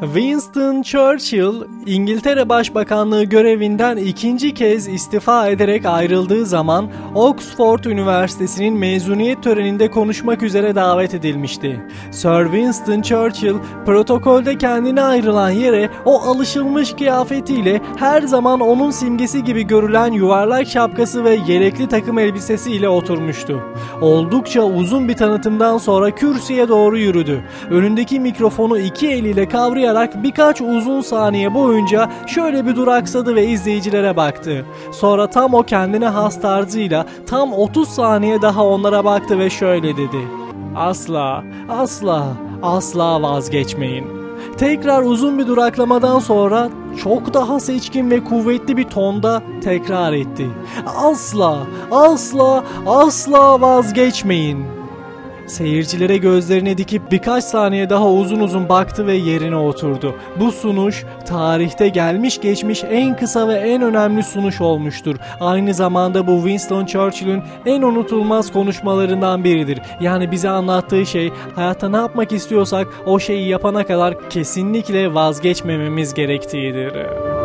Winston Churchill, İngiltere Başbakanlığı görevinden ikinci kez istifa ederek ayrıldığı zaman Oxford Üniversitesi'nin mezuniyet töreninde konuşmak üzere davet edilmişti. Sir Winston Churchill, protokolde kendine ayrılan yere o alışılmış kıyafetiyle her zaman onun simgesi gibi görülen yuvarlak şapkası ve yelekli takım elbisesiyle oturmuştu. Oldukça uzun bir tanıtımdan sonra kürsüye doğru yürüdü. Önündeki mikrofonu iki eliyle kavrayarak birkaç uzun saniye boyunca şöyle bir duraksadı ve izleyicilere baktı. Sonra tam o kendine has tarzıyla tam 30 saniye daha onlara baktı ve şöyle dedi: "Asla, asla, asla vazgeçmeyin." Tekrar uzun bir duraklamadan sonra çok daha seçkin ve kuvvetli bir tonda tekrar etti: "Asla, asla, asla vazgeçmeyin." Seyircilere gözlerine dikip birkaç saniye daha uzun uzun baktı ve yerine oturdu. Bu sunuş tarihte gelmiş geçmiş en kısa ve en önemli sunuş olmuştur. Aynı zamanda bu Winston Churchill'in en unutulmaz konuşmalarından biridir. Yani bize anlattığı şey, hayatta ne yapmak istiyorsak o şeyi yapana kadar kesinlikle vazgeçmememiz gerektiğidir.